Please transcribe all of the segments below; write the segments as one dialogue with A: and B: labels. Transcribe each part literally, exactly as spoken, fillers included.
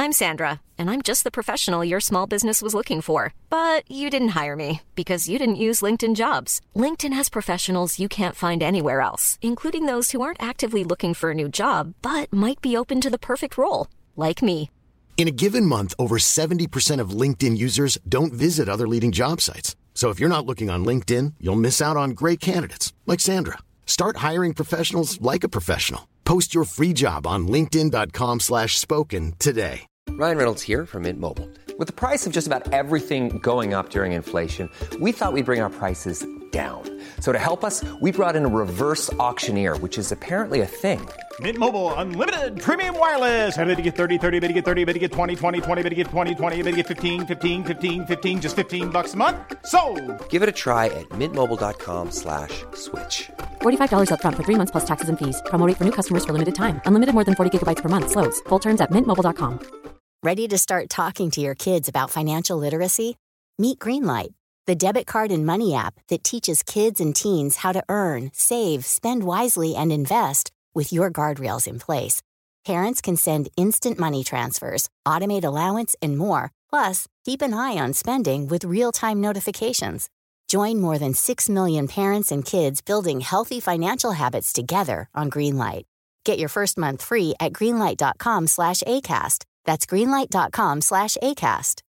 A: I'm Sandra, and I'm just the professional your small business was looking for. But you didn't hire me because you didn't use LinkedIn Jobs. LinkedIn has professionals you can't find anywhere else, including those who aren't actively looking for a new job, but might be open to the perfect role, like me.
B: In a given month, over seventy percent of LinkedIn users don't visit other leading job sites. So if you're not looking on LinkedIn, you'll miss out on great candidates like Sandra. Start hiring professionals like a professional. Post your free job on linkedin.com slash spoken today.
C: Ryan Reynolds here from Mint Mobile. With the price of just about everything going up during inflation, we thought we'd bring our prices down. So to help us, we brought in a reverse auctioneer, which is apparently a thing.
D: Mint Mobile Unlimited Premium Wireless. How to get thirty, thirty, how to get thirty, how to get twenty, twenty, twenty, how to get twenty, twenty, how to get fifteen, fifteen, fifteen, fifteen, just fifteen bucks a month? Sold!
C: Give it a try at mintmobile.com slash switch.
E: forty-five dollars up front for three months plus taxes and fees. Promo rate for new customers for limited time. Unlimited more than forty gigabytes per month. Slows full terms at mint mobile dot com.
F: Ready to start talking to your kids about financial literacy? Meet Greenlight, the debit card and money app that teaches kids and teens how to earn, save, spend wisely, and invest with your guardrails in place. Parents can send instant money transfers, automate allowance, and more. Plus, keep an eye on spending with real-time notifications. Join more than six million parents and kids building healthy financial habits together on Greenlight. Get your first month free at greenlight.com slash ACAST. That's greenlight.com slash ACAST.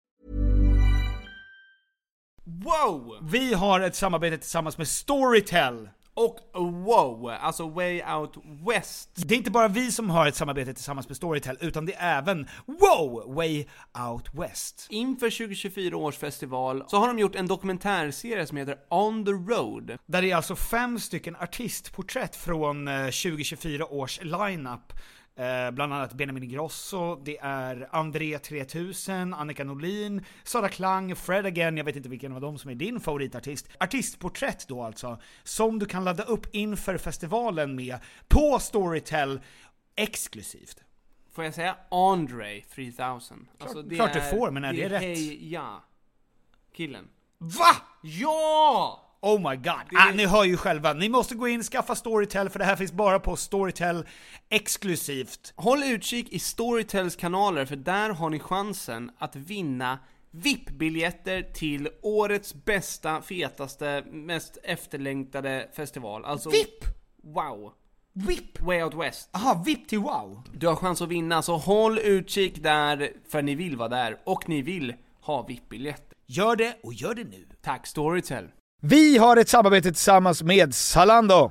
D: Wow! Vi har ett samarbete tillsammans med Storytel.
G: Och wow, alltså Way Out West.
D: Det är inte bara vi som har ett samarbete tillsammans med Storytel, utan det är även wow, Way Out West.
G: Inför tjugo tjugofyra års festival så har de gjort en dokumentärserie som heter On the Road.
D: Där det är alltså fem stycken artistporträtt från tjugo tjugofyra års lineup. Eh, bland annat Benjamin Ingrosso, det är André tre tusen, Annika Norlin, Sara Klang, Fred Again, jag vet inte vilken av dem som är din favoritartist. Artistporträtt då alltså, som du kan ladda upp inför festivalen med på Storytel exklusivt.
G: Får jag säga Andre tre tusen? Alltså, det
D: klart
G: är,
D: du får, men är det, det är rätt?
G: Hej, ja. Killen.
D: Va?
G: Ja!
D: Oh my god, det... ah, ni hör ju själva. Ni måste gå in och skaffa Storytel, för det här finns bara på Storytel exklusivt.
G: Håll utkik i Storytels kanaler, för där har ni chansen att vinna V I P-biljetter till årets bästa, fetaste, mest efterlängtade festival. Alltså
D: V I P?
G: Wow.
D: V I P?
G: Way Out West.
D: Aha, V I P till wow.
G: Du har chans att vinna, så håll utkik där, för ni vill vara där och ni vill ha V I P-biljetter.
D: Gör det, och gör det nu.
G: Tack Storytel.
D: Vi har ett samarbete tillsammans med Zalando.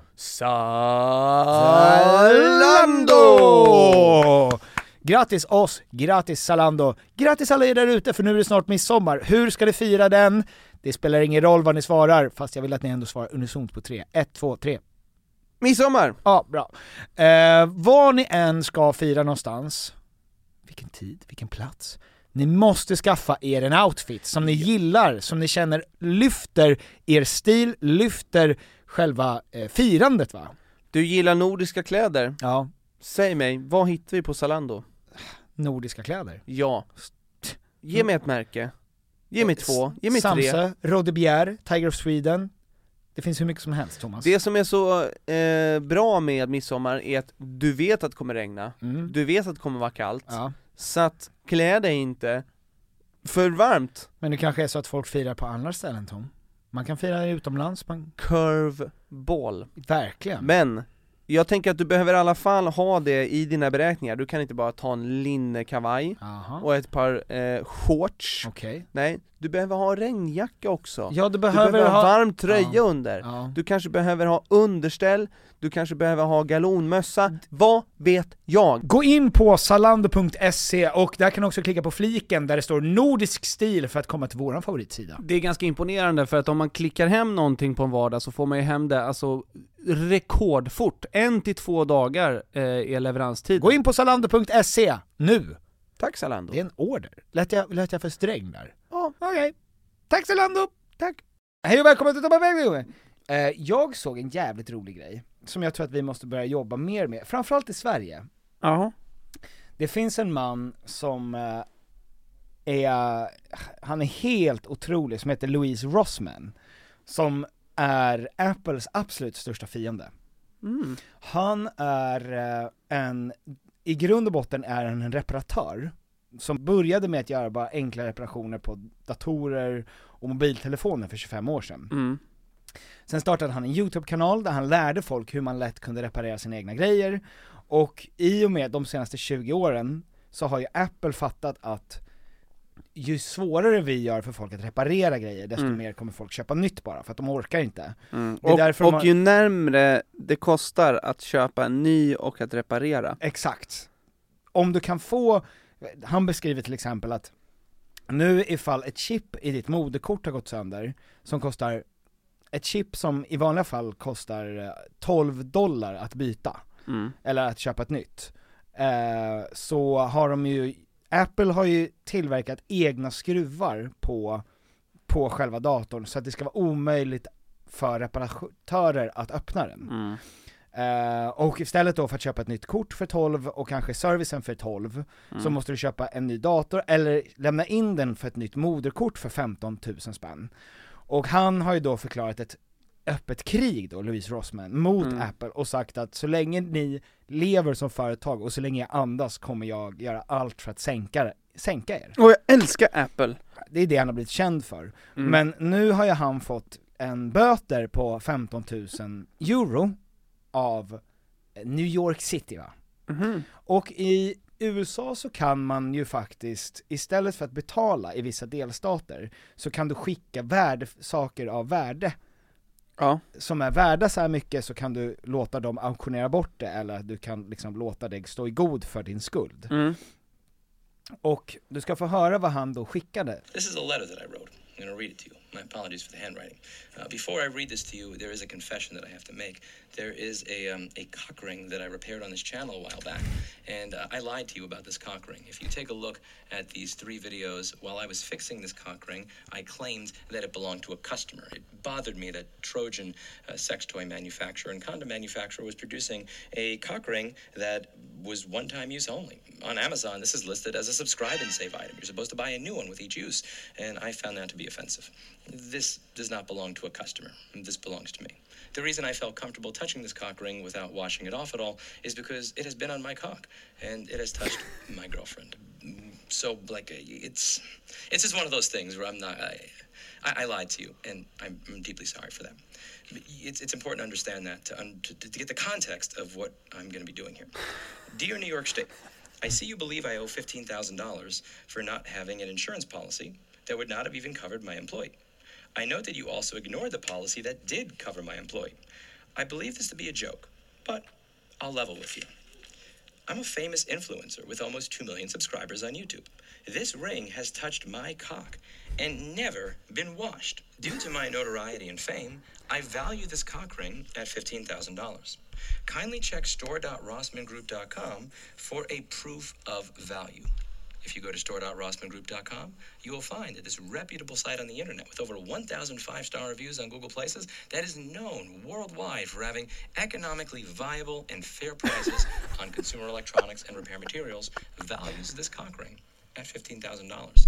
G: Zalando!
D: Grattis oss, grattis Zalando. Grattis alla er där ute, för nu är det snart midsommar. Hur ska ni fira den? Det spelar ingen roll vad ni svarar, fast jag vill att ni ändå svarar unisont på tre. Ett, två, tre.
G: Midsommar!
D: Ja, bra. Eh, var ni än ska fira någonstans, vilken tid, vilken plats, ni måste skaffa er en outfit som ni gillar, som ni känner lyfter er stil, lyfter själva eh, firandet, va?
H: Du gillar nordiska kläder?
D: Ja.
H: Säg mig, vad hittar vi på Zalando?
D: Nordiska kläder?
H: Ja. Ge mig ett märke. Ge mig två, ge mig
D: Samse,
H: tre.
D: Rode Bjerre, Tiger of Sweden. Det finns hur mycket som helst, Thomas.
H: Det som är så eh, bra med midsommar är att du vet att det kommer regna.
D: Mm.
H: Du vet att det kommer vara kallt.
D: Ja.
H: Så att klä dig inte för varmt.
D: Men det kanske är så att folk firar på andra ställen, Tom. Man kan fira utomlands. Man...
H: Curveball.
D: Verkligen.
H: Men jag tänker att du behöver i alla fall ha det i dina beräkningar. Du kan inte bara ta en linnekavaj och ett par eh, shorts.
D: Okay.
H: Nej, du behöver ha regnjacka också.
D: Ja, du behöver,
H: du behöver ha varm tröja
D: ja.
H: under.
D: Ja.
H: Du kanske behöver ha underställ. Du kanske behöver ha galonmössa. Vad vet jag?
D: Gå in på zalando punkt se och där kan du också klicka på fliken där det står nordisk stil för att komma till våran favoritsida.
G: Det är ganska imponerande, för att om man klickar hem någonting på en vardag så får man ju hem det alltså rekordfort. En till två dagar eh, är leveranstid.
D: Gå in på zalando punkt se nu.
H: Tack Zalando.
D: Det är en order. Lät jag, lät jag för sträng där?
H: Ja,
D: okej. Okay. Tack Zalando. Tack. Hej och välkommen till Tobbe. Eh, jag såg en jävligt rolig grej som jag tror att vi måste börja jobba mer med, framförallt i Sverige.
H: Ja.
D: Det finns en man som eh, är han är helt otrolig, som heter Louise Rossman, som är Apples absolut största fiende.
H: Mm.
D: Han är eh, en i grund och botten är han en reparatör som började med att göra bara enkla reparationer på datorer och mobiltelefoner för tjugofem år sedan.
H: Mm.
D: Sen startade han en YouTube-kanal där han lärde folk hur man lätt kunde reparera sina egna grejer. Och i och med de senaste tjugo åren så har ju Apple fattat att ju svårare vi gör för folk att reparera grejer, desto
H: mm.
D: mer kommer folk köpa nytt bara, för att de orkar inte.
H: Mm.
D: Det är
H: och
D: därför
H: och
D: man...
H: ju närmre det kostar att köpa en ny och att reparera.
D: Exakt. Om du kan få, han beskriver till exempel att nu ifall ett chip i ditt moderkort har gått sönder, som kostar, ett chip som i vanliga fall kostar tolv dollar att byta,
H: mm.
D: eller att köpa ett nytt, eh, så har de ju, Apple har ju tillverkat egna skruvar på, på själva datorn, så att det ska vara omöjligt för reparatörer att öppna den.
H: Mm.
D: Uh, och istället då för att köpa ett nytt kort för tolv och kanske servicen för tolv, mm. så måste du köpa en ny dator eller lämna in den för ett nytt moderkort för femton tusen spänn. Och han har ju då förklarat ett öppet krig då, Louise Rossmann, mot mm. Apple, och sagt att så länge ni lever som företag och så länge jag andas kommer jag göra allt för att sänka, sänka er.
H: Och jag älskar Apple.
D: Det är det han har blivit känd för.
H: Mm.
D: Men nu har ju han fått en böter på femton tusen euro av New York City, va?
H: Mm-hmm.
D: Och i U S A så kan man ju faktiskt, istället för att betala i vissa delstater, så kan du skicka värde, saker av värde,
H: ja.
D: som är värda så här mycket, så kan du låta dem auktionera bort det, eller du kan liksom låta dig stå i god för din skuld.
H: Mm.
D: Och du ska få höra vad han då skickade.
I: This is a letter that I wrote. I'm going to read it to you. My apologies for the handwriting. Uh, before I read this to you, there is a confession that I have to make. There is a um, a cock ring that I repaired on this channel a while back, and uh, I lied to you about this cock ring. If you take a look at these three videos, while I was fixing this cock ring, I claimed that it belonged to a customer. It bothered me that Trojan uh, sex toy manufacturer and condom manufacturer was producing a cock ring that was one-time use only. On Amazon, this is listed as a subscribe and save item. You're supposed to buy a new one with each use, and I found that to be offensive. This does not belong to a customer. This belongs to me. The reason I felt comfortable touching this cock ring without washing it off at all is because it has been on my cock, and it has touched my girlfriend. So, like, it's it's just one of those things where I'm not... I, I, I lied to you, and I'm, I'm deeply sorry for that. It's, it's important to understand that, to, to, to get the context of what I'm going to be doing here. Dear New York State, I see you believe I owe fifteen thousand dollars for not having an insurance policy that would not have even covered my employee. I note that you also ignored the policy that did cover my employee. I believe this to be a joke, but I'll level with you. I'm a famous influencer with almost two million subscribers on YouTube. This ring has touched my cock and never been washed. Due to my notoriety and fame, I value this cock ring at fifteen thousand dollars. Kindly check store dot rossman group dot com for a proof of value. If you go to store dot rossman group dot com, you will find that this reputable site on the internet with over one thousand five-star reviews on Google Places that is known worldwide for having economically viable and fair prices on consumer electronics and repair materials values this cock ring at fifteen thousand dollars.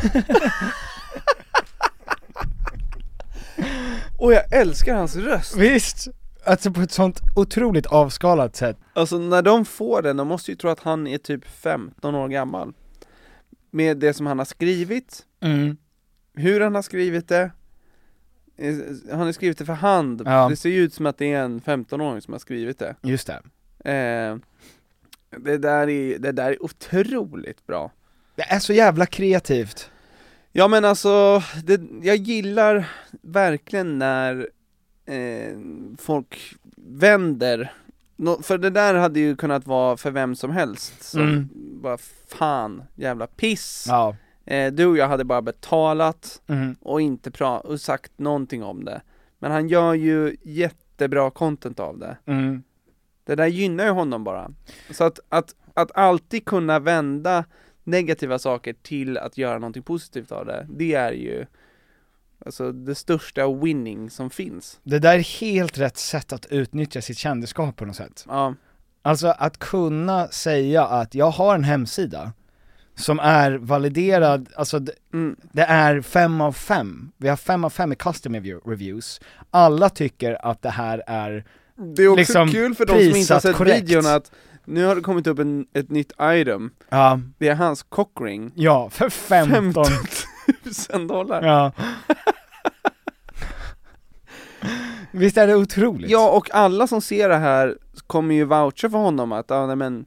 H: Och jag älskar hans röst.
D: Visst, alltså på ett sånt otroligt avskalat sätt.
H: Alltså när de får den, de måste ju tro att han är typ femton år gammal. Med det som han har skrivit,
D: mm.
H: hur han har skrivit det. Han har skrivit det för hand.
D: Ja.
H: Det ser ju ut som att det är en femton-åring som har skrivit det.
D: Just det.
H: Eh, det, där är, det där är otroligt bra.
D: Det är så jävla kreativt.
H: Ja men alltså, det, jag gillar verkligen när eh, folk vänder. No, för det där hade ju kunnat vara för vem som helst. Som
D: mm.
H: bara fan, jävla piss.
D: Ja.
H: Eh, du och jag hade bara betalat
D: mm.
H: och inte pra- och sagt någonting om det. Men han gör ju jättebra content av det.
D: Mm.
H: Det där gynnar ju honom bara. Så att, att, att alltid kunna vända negativa saker till att göra någonting positivt av det, det är ju alltså det största winning som finns.
D: Det där är helt rätt sätt att utnyttja sitt kändisskap på något sätt.
H: Ja.
D: Alltså att kunna säga att jag har en hemsida som är validerad, alltså det, mm. det är fem av fem. Vi har fem av fem i custom reviews. Alla tycker att det här är
H: det är också
D: liksom
H: kul för de som inte har sett
D: korrekt.
H: videon att Nu har det kommit upp en, ett nytt item.
D: Ja.
H: Det är hans cockring.
D: Ja, för femton
H: tusen dollar.
D: Ja. Visst är det otroligt?
H: Ja, och alla som ser det här kommer ju voucha för honom att, ja, nej, men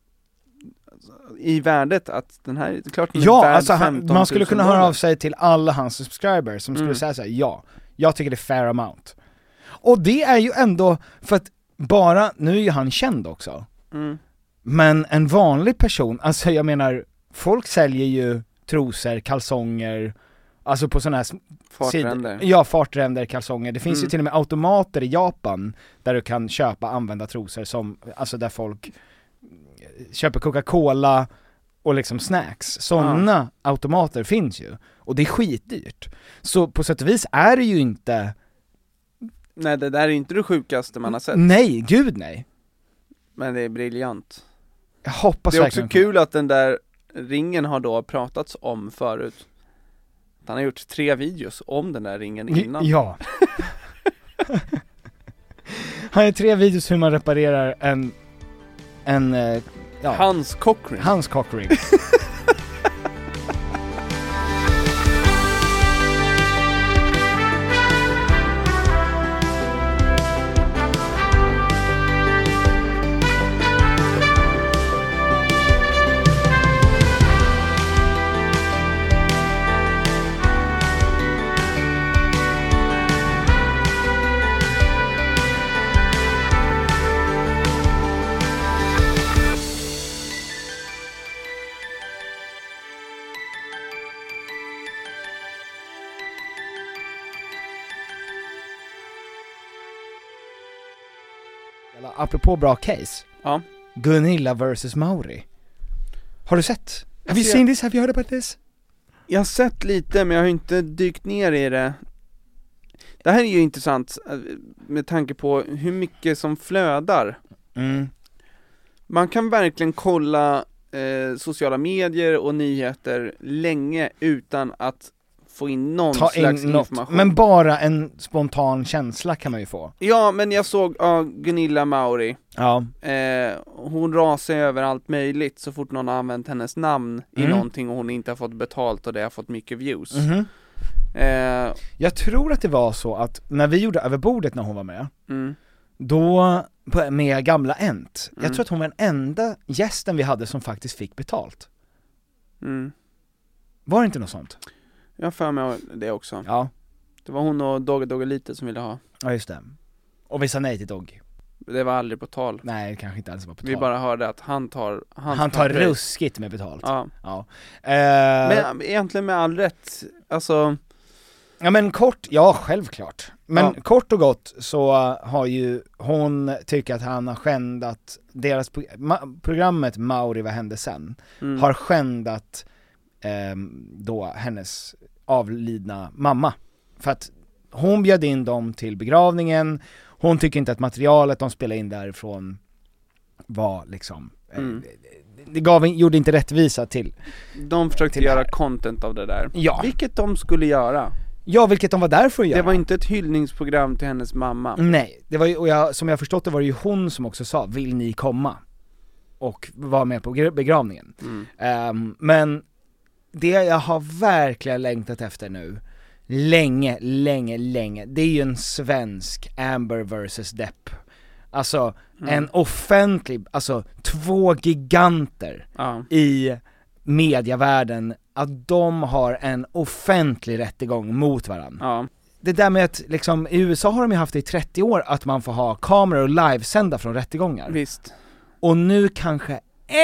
H: i värdet att den här, det är klart den är
D: ja,
H: värd
D: alltså han, man skulle kunna höra
H: dollar.
D: av sig till alla hans subscribers som skulle
H: Mm.
D: säga så här: ja, jag tycker det är fair amount. Och det är ju ändå, för att bara, nu är ju han känd också.
H: Mm.
D: Men en vanlig person, alltså jag menar, folk säljer ju trosor, kalsonger, alltså på sådana här
H: Fartränder.
D: sidor. Ja, fartränder, kalsonger. Det finns
H: Mm.
D: ju till och med automater i Japan där du kan köpa använda trosor som, alltså där folk köper Coca-Cola och liksom snacks. Sådana ja. automater finns ju. Och det är skitdyrt. Så på sätt och vis är det ju inte...
H: Nej, det där är inte det sjukaste man har sett.
D: Nej, gud nej.
H: Men det är briljant.
D: Jag hoppas
H: det är också
D: verkligen.
H: kul att den där ringen har då pratats om förut. Han har gjort tre videos om den där ringen innan.
D: Ja. Han har tre videos hur man reparerar en en ja,
H: hans cockring.
D: Hans cockring. Apropå bra case.
H: Ja.
D: Gunilla versus Mauri. Har du sett? Have you
H: jag...
D: seen this? Have you heard about this?
H: Jag har sett lite, men jag har inte dykt ner i det. Det här är ju intressant med tanke på hur mycket som flödar.
D: Mm.
H: Man kan verkligen kolla eh, sociala medier och nyheter länge utan att få in någon
D: Ta
H: slags
D: in något,
H: information.
D: men bara en spontan känsla kan man ju få.
H: Ja, men jag såg ja, Gunilla Mauri.
D: Ja.
H: Eh, hon rasar över allt möjligt så fort någon har använt hennes namn
D: Mm.
H: i någonting och hon inte har fått betalt och det har fått mycket views.
D: Mhm.
H: Eh,
D: Jag tror att det var så att när vi gjorde Över bordet när hon var med,
H: mm.
D: då på- med gamla Ent,
H: Mm.
D: jag tror att hon var den enda gästen vi hade som faktiskt fick betalt.
H: Mm.
D: Var det inte något sånt?
H: Jag har för mig det också.
D: Ja.
H: Det var hon och Dogge Dogge Lite som ville ha.
D: Ja, just det. Och vi sa nej till Dogg.
H: Det var aldrig på tal.
D: Nej, det kanske inte alls var på tal.
H: Vi bara hörde att han tar hans
D: Han tar
H: papper.
D: ruskigt med betalt.
H: Ja.
D: Ja. Eh,
H: Men egentligen med all rätt. Alltså,
D: ja men kort, ja självklart. Men
H: Ja.
D: kort och gott så har ju hon tycker att han har skändat deras pro- ma- programmet Mauri, vad hände sen?
H: mm.
D: Har skändat ehm, då hennes avlidna mamma. För att hon bjöd in dem till begravningen, hon tycker inte att materialet de spelade in därifrån var liksom, eh,
H: Mm.
D: det gav, gjorde inte rättvisa till.
H: De försökte
D: till det
H: göra
D: här.
H: content av det där.
D: Ja.
H: Vilket de skulle göra.
D: Ja, vilket de var där för att göra.
H: Det var inte ett hyllningsprogram till hennes mamma.
D: Nej, det var ju, och jag, som jag förstått det var det ju hon som också sa, vill ni komma? Och vara med på gre- begravningen.
H: Mm.
D: Ehm, men det jag har verkligen längtat efter nu, länge, länge, länge, det är ju en svensk Amber versus Depp. Alltså,
H: Mm.
D: en offentlig, alltså två giganter
H: Ja.
D: i mediavärlden, att de har en offentlig rättegång mot varandra.
H: Ja.
D: Det där med att liksom, i U S A har de ju haft det i trettio år att man får ha kameror och livesända från rättegångar.
H: Visst.
D: Och nu kanske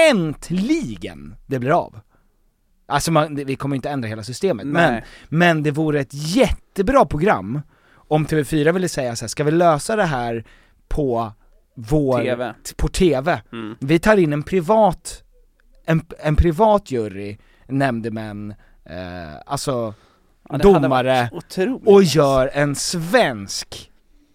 D: äntligen det blir av. Alltså man, det, vi kommer inte ändra hela systemet, men,
H: Nej.
D: men det vore ett jättebra program om T V fyra ville säga så här: ska vi lösa det här på vår
H: T V.
D: t- på T V.
H: Mm.
D: Vi tar in en privat en, en privat jury, nämndemän, eh, alltså
H: Ja, det hade
D: domare
H: varit otroligt.
D: och gör en svensk.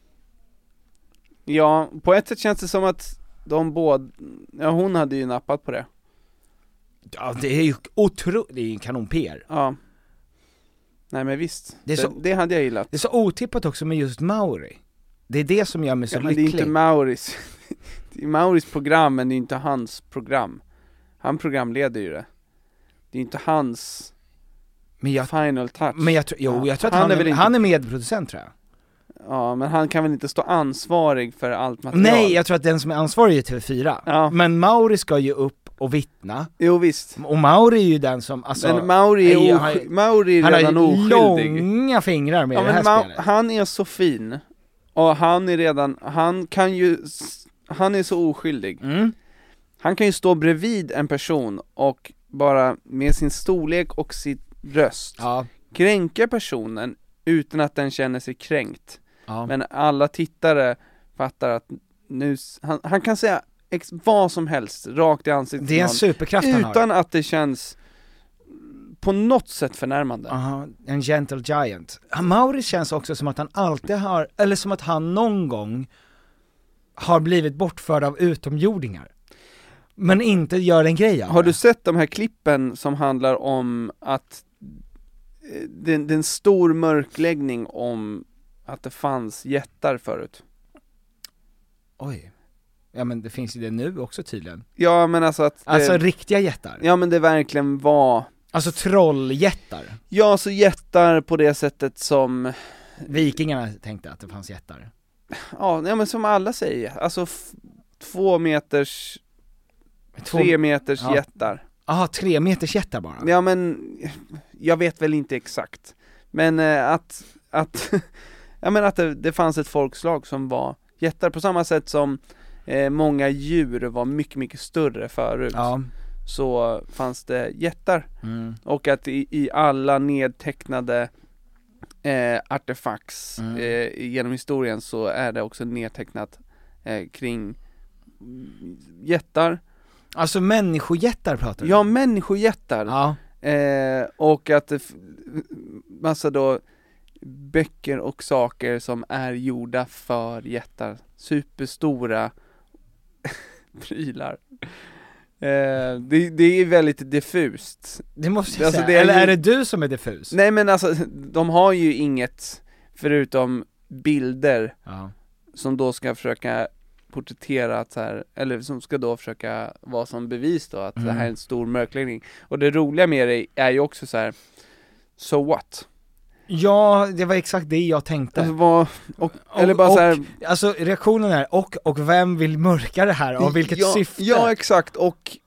H: Ja, på ett sätt känns det som att de båda, ja hon hade ju nappat på det.
D: Ja, det är ju otroligt, det är ju en kanon-P R.
H: Ja. Nej men visst,
D: Det är
H: det,
D: så-
H: det hade jag gillat.
D: Det är så otippat också med just Mauri. Det är det som gör mig så
H: Ja, men det är
D: lycklig.
H: inte Mauris. det är Mauris program, men det är inte hans program. Han programleder ju det. Det är inte hans
D: men jag,
H: final touch.
D: Men jag, tro, jo, jag tror att
H: han,
D: han,
H: är,
D: är,
H: väl inte,
D: han är medproducent, tror jag.
H: Ja, men han kan väl inte stå ansvarig för allt material?
D: Nej, jag tror att den som är ansvarig är T V fyra. Ja. Men Mauri ska ju upp och vittna.
H: Jo, visst.
D: Och Mauri är ju den som, alltså...
H: Men Mauri är,
D: är,
H: osky- Mauri är
D: han
H: redan oskyldig.
D: Han har långa fingrar med
H: ja,
D: det här
H: Ma-
D: spelet.
H: Han är så fin. Och han är redan, han kan ju, han är så oskyldig.
D: Mm.
H: Han kan ju stå bredvid en person och bara med sin storlek och sitt röst
D: ja.
H: kränka personen utan att den känner sig kränkt.
D: Ja.
H: Men alla tittare fattar att nu, han, han kan säga ex, vad som helst rakt i ansiktet.
D: Det är en superkraft han
H: utan
D: har.
H: Att det känns på något sätt förnärmande.
D: Aha, en gentle giant. Mauri känns också som att han alltid har, eller som att han någon gång har blivit bortförd av utomjordingar. Men inte gör en grej av
H: Har
D: det.
H: du sett de här klippen som handlar om att det, det är en stor mörkläggning om att det fanns jättar förut?
D: Oj. Ja, men det finns ju det nu också tydligen.
H: Ja, men alltså att det,
D: Alltså riktiga jättar.
H: Ja, men det verkligen var...
D: Alltså trolljättar.
H: Ja, så jättar på det sättet som...
D: Vikingarna tänkte att det fanns jättar.
H: Ja, ja men som alla säger. Alltså f- två meters...
D: Två...
H: Tre meters
D: ja.
H: jättar.
D: Jaha, tre meters jättar bara.
H: Ja, men jag vet väl inte exakt. Men eh, att... att ja, men att det, det fanns ett folkslag som var jättar. På samma sätt som eh, många djur var mycket, mycket större förut.
D: Ja.
H: Så fanns det jättar.
D: Mm.
H: Och att i, i alla nedtecknade eh, artefacts
D: mm.
H: eh, genom historien så är det också nedtecknat eh, kring jättar.
D: Alltså människojättar pratar du?
H: Ja, människojättar.
D: Ja.
H: Eh, och att det f- massa då böcker och saker som är gjorda för jättar. Superstora prylar. Eh, det, det är väldigt diffust.
D: Det måste jag
H: alltså,
D: säga.
H: det är
D: Eller
H: ju...
D: är det du som är diffus?
H: Nej, men alltså, de har ju inget förutom bilder
D: ja.
H: som då ska försöka porträttera att så här, eller som ska då försöka vara som bevis då att mm. det här är en stor mörkläggning. Och det roliga med det är ju också så här: so what?
D: Ja, det var exakt det jag tänkte.
H: Alltså, vad, och,
D: och,
H: eller bara
D: och,
H: så här,
D: alltså reaktionen är, och, och vem vill mörka det här? Av vilket
H: ja,
D: syfte?
H: Ja, exakt, och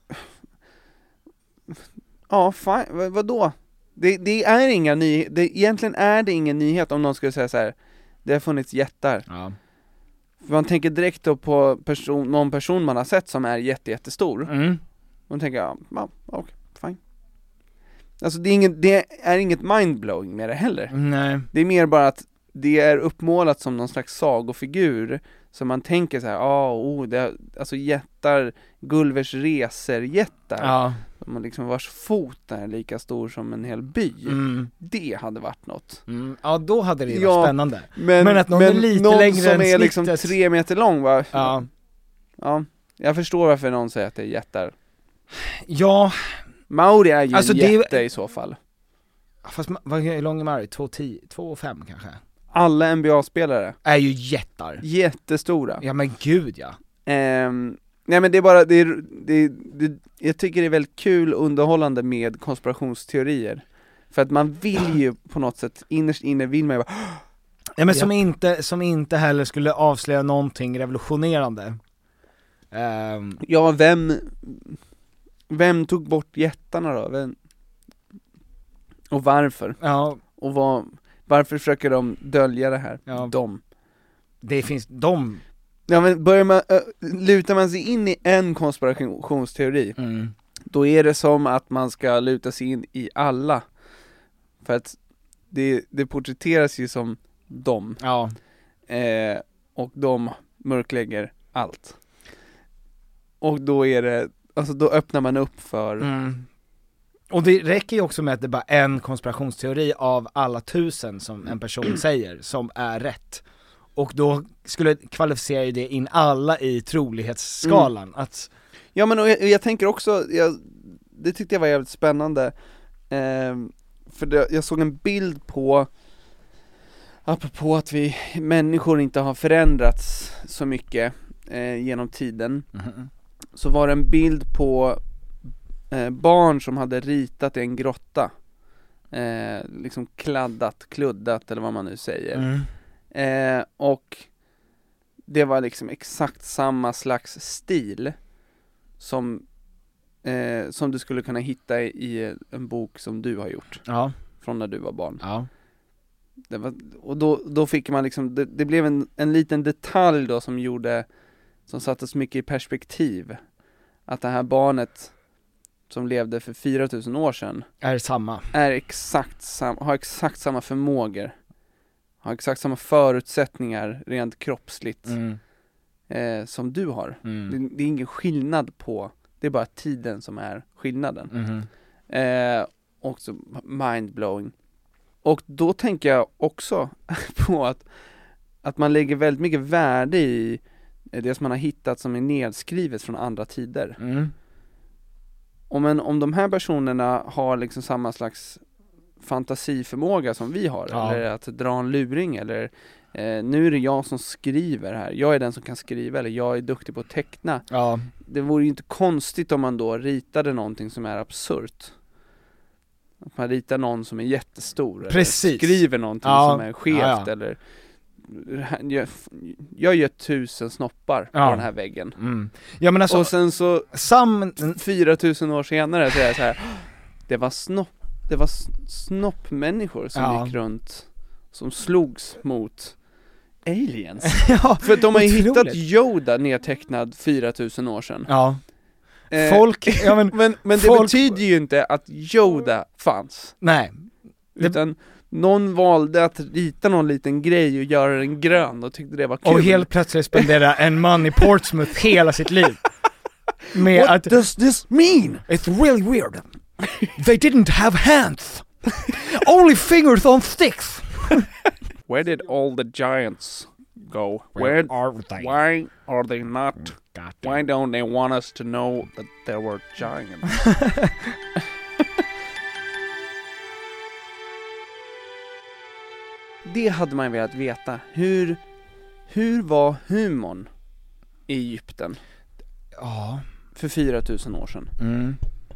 H: ja, fine, vad, vadå? Det, det är inga nyheter, egentligen är det ingen nyhet om någon skulle säga så här: det har funnits jättar.
D: Ja.
H: Man tänker direkt då på person, någon person man har sett som är jätte, jättestor.
D: Mm.
H: Man tänker, ja, ja okej, okay, fine. Alltså det är, inget, det är inget mindblowing med det heller.
D: Nej.
H: Det är mer bara att det är uppmålat som någon slags sagofigur som man tänker så här, ah, oh, det, alltså jättar, Gulvers reser jättar.
D: Ja.
H: Man liksom vars fot är lika stor som en hel by.
D: Mm.
H: Det hade varit något.
D: Mm. Ja, då hade det varit
H: ja,
D: spännande.
H: Men,
D: men att någon
H: men
D: är lite
H: någon
D: längre
H: som
D: än
H: är
D: snittet.
H: liksom tre meter lång, va?
D: Ja.
H: Ja, jag förstår varför någon säger att det är jättar.
D: Ja.
H: Mauri är ju
D: alltså
H: en
D: det...
H: jätte i så fall.
D: Fast vad är lång är Mauri? två tio, två fem kanske?
H: Alla N B A-spelare
D: är ju jättar.
H: Jättestora.
D: Ja men gud ja.
H: Um, nej men det är bara, det är, det, det, jag tycker det är väldigt kul och underhållande med konspirationsteorier. För att man vill ju på något sätt, innerst inne vill man ju bara...
D: Ja, men som inte, som inte heller skulle avslöja någonting revolutionerande. Um...
H: Ja, vem... Vem tog bort jättarna då? Vem, och varför?
D: Ja.
H: Och vad, varför försöker de dölja det här?
D: Ja.
H: De.
D: Det finns, de...
H: Ja, men börjar man, äh, lutar man sig in i en konspirationsteori,
D: mm.
H: då är det som att man ska luta sig in i alla. För att det, det porträtteras ju som de.
D: Ja.
H: Eh, och de mörklägger allt. Och då är det, alltså då öppnar man upp för...
D: Mm. Och det räcker ju också med att det är bara en konspirationsteori av alla tusen som en person säger som är rätt. Och då skulle kvalificera ju det in alla i trolighetsskalan. Mm. Att...
H: Ja, men och jag, jag tänker också, jag, det tyckte jag var jävligt spännande. Eh, för det, jag såg en bild på, apropå att vi människor inte har förändrats så mycket. eh, genom tiden.
J: Mm.
H: Så var det en bild på eh, barn som hade ritat i en grotta. Eh, liksom kladdat, kluddat eller vad man nu säger.
J: Mm.
H: Eh, och det var liksom exakt samma slags stil som, eh, som du skulle kunna hitta i, i en bok som du har gjort.
J: Ja.
H: Från när du var barn.
J: Ja.
H: Det var, och då, då fick man liksom, det, det blev en, en liten detalj då som gjorde, som satte så mycket i perspektiv. Att det här barnet som levde för fyra tusen år sedan
J: Är samma.
H: är exakt sam, har exakt samma förmågor. Har exakt samma förutsättningar rent kroppsligt
J: Mm.
H: eh, som du har.
J: Mm.
H: Det, det är ingen skillnad på, det är bara tiden som är skillnaden.
J: Mm.
H: Eh, också mindblowing. Och då tänker jag också på att, att man lägger väldigt mycket värde i det som man har hittat som är nedskrivet från andra tider.
J: Mm.
H: Om, en, om de här personerna har liksom samma slags fantasiförmåga som vi har,
J: Ja.
H: eller att dra en luring, eller eh, nu är det jag som skriver här, jag är den som kan skriva, eller jag är duktig på att teckna.
J: Ja.
H: Det vore ju inte konstigt om man då ritade någonting som är absurt. Att man ritar någon som är jättestor.
J: Precis.
H: Eller skriver någonting
J: Ja.
H: som är skevt.
J: Ja, ja.
H: Eller jag, jag gör tusen snoppar
J: Ja.
H: på den här väggen.
J: Mm. Ja men alltså,
H: Och sen så
J: sam...
H: fyra tusen år senare så är jag så här. Det var snopp Det var s- snoppmänniskor som
J: Ja.
H: gick runt, som slogs mot aliens.
J: ja,
H: För de har ju
J: otroligt.
H: hittat Yoda nedtecknad fyra tusen år sedan.
J: Ja.
H: Eh,
J: Folk, ja men,
H: Men, men det
J: folk-
H: betyder ju inte att Yoda fanns.
J: nej. Det-
H: Utan någon valde att rita någon liten grej och göra den grön och tyckte det var kul.
J: Och helt plötsligt spendera en man i Portsmouth hela sitt liv. Med
H: What
J: att,
H: does this mean?
J: it's really weird. They didn't have hands. Only fingers on sticks.
H: Where did all the giants go?
J: Where
H: Where,
J: are they?
H: why are they not?
J: God
H: Why don't they want us to know that there were giants? Det hade man velat veta. Hur, hur var humorn i Egypten
J: Ja.
H: för fyra tusen år sedan?
J: Mm.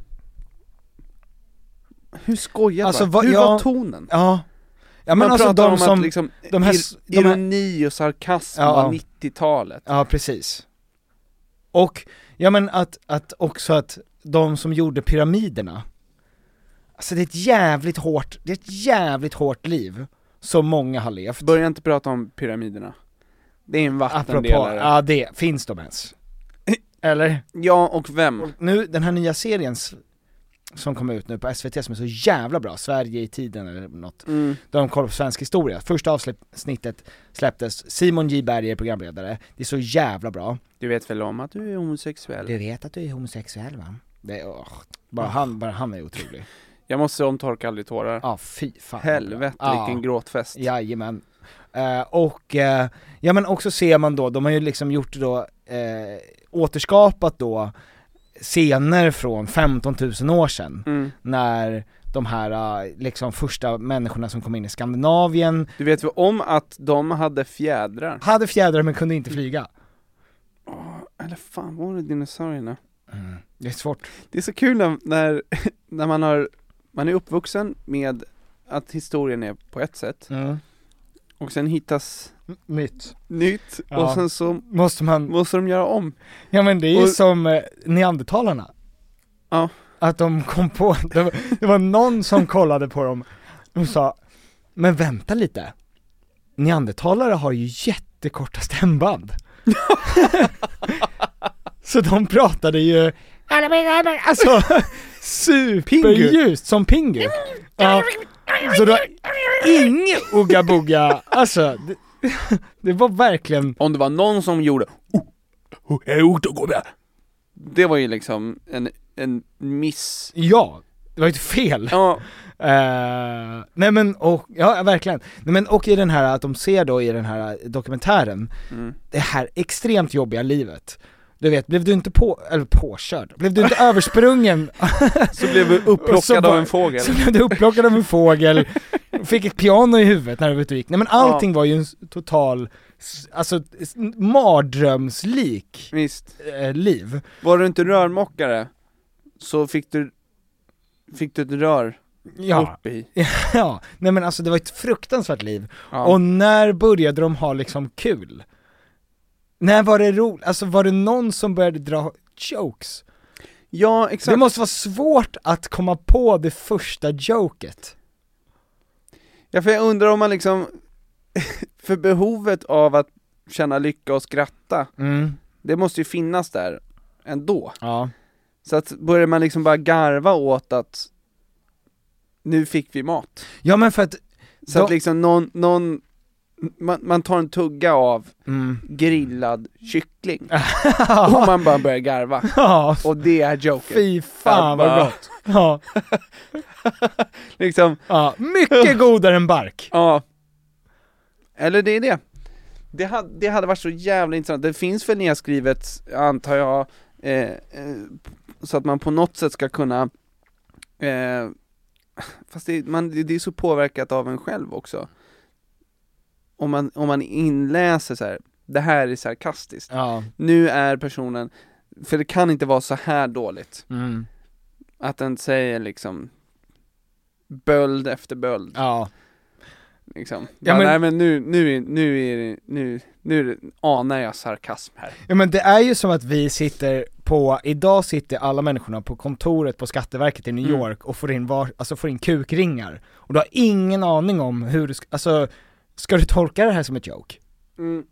H: Hur skojade
J: Alltså,
H: var?
J: vad-
H: Hur
J: ja.
H: var tonen?
J: Ja. Ja men
H: Man
J: alltså
H: pratar
J: de
H: om
J: som,
H: att liksom,
J: de här,
H: ir-
J: de här,
H: ironi och sarkasm
J: Ja.
H: var nittiotalet.
J: ja precis. Och, ja men att, att också att de som gjorde pyramiderna, alltså det är ett jävligt hårt, det är ett jävligt hårt liv som många har levt.
H: Börja inte prata om pyramiderna. Det är en
J: Apropå,
H: vattendelare. Ja.
J: ja det, finns de ens? Eller?
H: Och vem?
J: Nu, den här nya serien s- som kom ut nu på S V T som är så jävla bra, Sverige i tiden eller något,
H: Mm.
J: där de kollar på svensk historia. Första avsnittet släpptes, Simon J. Berger programledare, det är så jävla bra.
H: Du vet väl om att du är homosexuell?
J: Du vet att du är homosexuell va? Det är, åh, bara, han, bara han är otrolig.
H: Jag måste omtorka aldrig tårar.
J: Ja, fy fan.
H: Helvete,
J: Ja.
H: vilken gråtfest.
J: Jajamän. Uh, och, uh, ja men också ser man då, de har ju liksom gjort då, uh, återskapat då scener från femton tusen år sedan,
H: Mm.
J: när de här uh, liksom första människorna som kom in i Skandinavien
H: Du vet väl om att de hade fjädrar?
J: hade fjädrar men kunde inte flyga.
H: Åh, eller fan, var det dinosaurierna?
J: Mm. Det är svårt.
H: Det är så kul när, när, när man har man är uppvuxen med att historien är på ett sätt
J: Mm.
H: och sen hittas
J: Nytt.
H: nytt
J: Ja.
H: och sen så
J: Måste man,
H: måste de göra om.
J: ja men det är ju
H: Och-
J: som eh, neandertalarna.
H: Ja.
J: Att de kom på, det var, det var någon som kollade på dem och sa, men vänta lite, neandertalare har ju jättekorta stämband. Så de pratade ju, alltså superljust, som Pingu. Ja. Så det var inget ugga bugga, alltså det, det var verkligen,
H: Om det var någon som gjorde det var ju liksom en, en miss.
J: ja, det var ett fel.
H: Ja,
J: Uh, nej men, och, ja verkligen, nej men och i den här, att de ser då i den här dokumentären,
H: mm.
J: det här extremt jobbiga livet. Du vet, blev du inte på, eller påkörd, blev du inte översprungen
H: Så blev du
J: Och så
H: upplockad
J: bara-
H: av en fågel.
J: så blev du upplockad av en fågel, fick ett piano i huvudet när du var ute och gick. Nej men allting var ju en s- total alltså mardrömslik
H: Visst.
J: eh, liv.
H: Var du inte rörmokare så fick du fick du ett rör
J: Ja.
H: upp i.
J: Ja, nej men alltså det var ett fruktansvärt liv.
H: Ja.
J: Och när började de ha liksom kul? När var det roligt? Alltså var det någon som började dra jokes?
H: Ja, exakt.
J: Det måste vara svårt att komma på det första joket.
H: Ja, för jag undrar om man liksom för behovet av att känna lycka och skratta,
J: Mm.
H: det måste ju finnas där ändå.
J: Ja.
H: Så att börjar man liksom bara garva åt att nu fick vi mat.
J: Ja men för att
H: Så
J: då-
H: att liksom någon, någon man, man tar en tugga av
J: mm.
H: grillad kyckling och man bara börjar garva.
J: Ja.
H: Och det är joken.
J: Fy fan vad
H: bara-
J: gott. Ja.
H: Liksom,
J: Ja, mycket godare än bark.
H: ja. Eller det är det. Det hade, det hade varit så jävla intressant. Det finns väl nedskrivet, antar jag, eh, eh, så att man på något sätt ska kunna eh, fast det, man, det är så påverkat av en själv också. Om man, om man inläser så här, det här är sarkastiskt.
J: Ja.
H: Nu är personen, för det kan inte vara så här dåligt.
J: Mm.
H: Att den säger liksom böld efter böld.
J: Ja.
H: Liksom.
J: Ja,
H: Bara,
J: men-
H: nej men nu, nu, är- nu är det, nu, nu är det, anar jag sarkasm här.
J: Ja men det är ju som att vi sitter på, idag sitter alla människorna på kontoret på Skatteverket i New
H: Mm.
J: York och får in, var, alltså får in kukringar. Och du har ingen aning om hur du ska, alltså, ska du tolka det här som ett joke?
H: Mm.